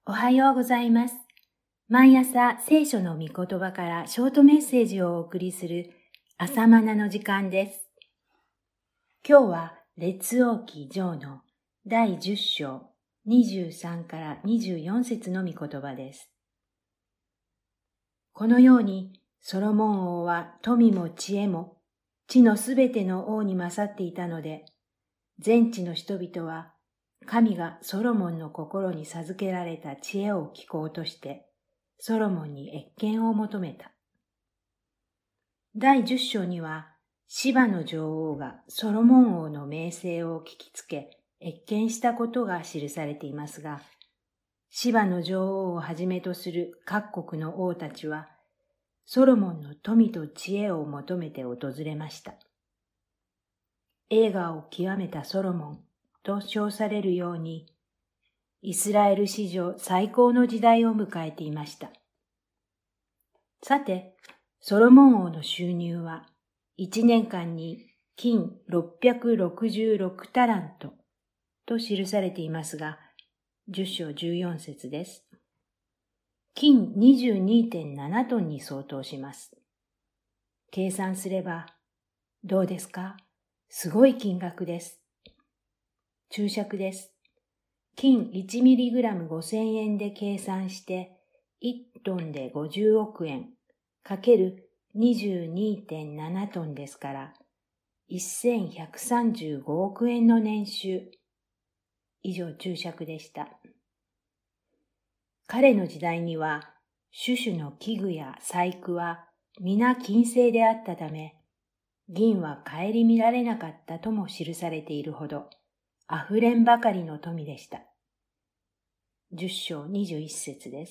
おはようございます。毎朝聖書の御言葉からショートメッセージをお送りする朝マナの時間です。今日は列王記上の第10章23から24節の御言葉です。このようにソロモン王は富も知恵も地のすべての王に勝っていたので、全地の人々は神がソロモンの心に授けられた知恵を聞こうとして、ソロモンに謁見を求めた。第10章には、シバの女王がソロモン王の名声を聞きつけ、謁見したことが記されていますが、シバの女王をはじめとする各国の王たちは、ソロモンの富と知恵を求めて訪れました。栄華を極めたソロモンと称されるように、イスラエル史上最高の時代を迎えていました。さて、ソロモン王の収入は1年間に金666タラントと記されていますが、10章14節です。金 22.7 トンに相当します。計算すれば、どうですか？すごい金額です。注釈です。金 1mg5000 円で計算して1トンで50億円かける 22.7 トンですから1135億円の年収。以上注釈でした。彼の時代には種々の器具や細工は皆金製であったため、銀は顧みられなかったとも記されているほど、溢れんばかりの富でした。10章21節です。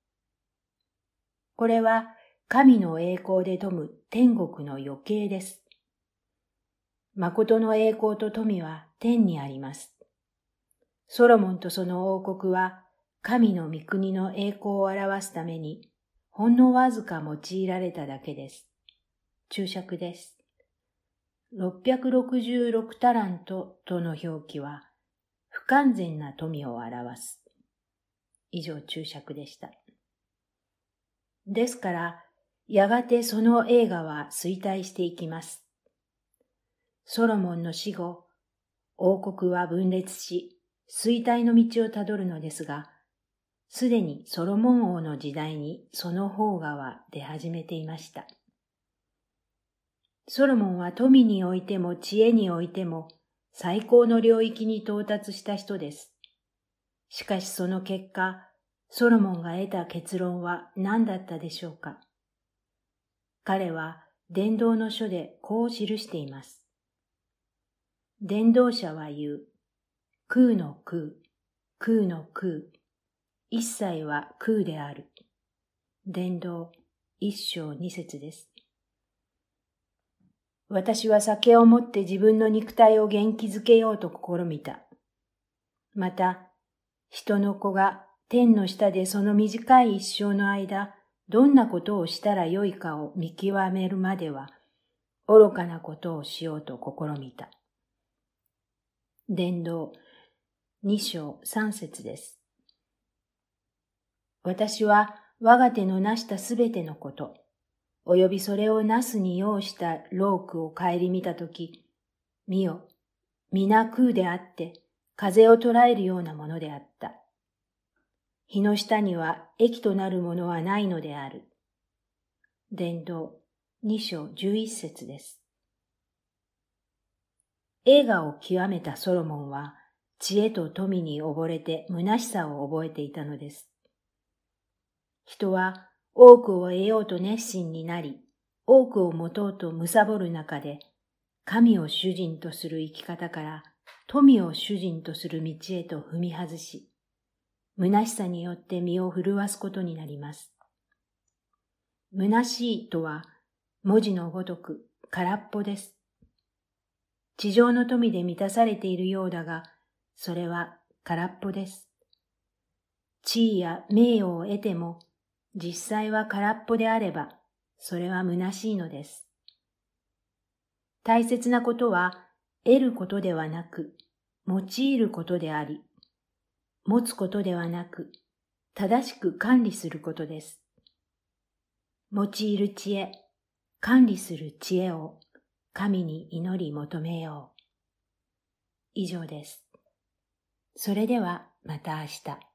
これは神の栄光で富む天国の余計です。誠の栄光と富は天にあります。ソロモンとその王国は神の御国の栄光を表すためにほんのわずか用いられただけです。注釈です。666タラントとの表記は不完全な富を表す。以上注釈でした。ですから、やがてその栄華は衰退していきます。ソロモンの死後、王国は分裂し、衰退の道をたどるのですが、すでにソロモン王の時代にその芳華は出始めていました。ソロモンは富においても知恵においても最高の領域に到達した人です。しかしその結果、ソロモンが得た結論は何だったでしょうか。彼は伝道の書でこう記しています。伝道者は言う。空の空、空の空。一切は空である。伝道1章2節です。私は酒をもって自分の肉体を元気づけようと試みた。また、人の子が天の下でその短い一生の間、どんなことをしたらよいかを見極めるまでは、愚かなことをしようと試みた。伝道2章3節です。私は我が手のなしたすべてのこと、およびそれをなすに要した労苦を顧みたとき、見よ、皆空であって、風を捉えるようなものであった。日の下には益となるものはないのである。伝道2章11節です。栄華を極めたソロモンは、知恵と富に溺れて虚しさを覚えていたのです。人は多くを得ようと熱心になり、多くを持とうと貪る中で、神を主人とする生き方から富を主人とする道へと踏み外し、虚しさによって身を震わすことになります。虚しいとは文字のごとく空っぽです。地上の富で満たされているようだが、それは空っぽです。地位や名誉を得ても、実際は空っぽであれば、それは虚しいのです。大切なことは、得ることではなく、用いることであり、持つことではなく、 正しく管理することです。用いる知恵、管理する知恵を神に祈り求めよう。以上です。それではまた明日。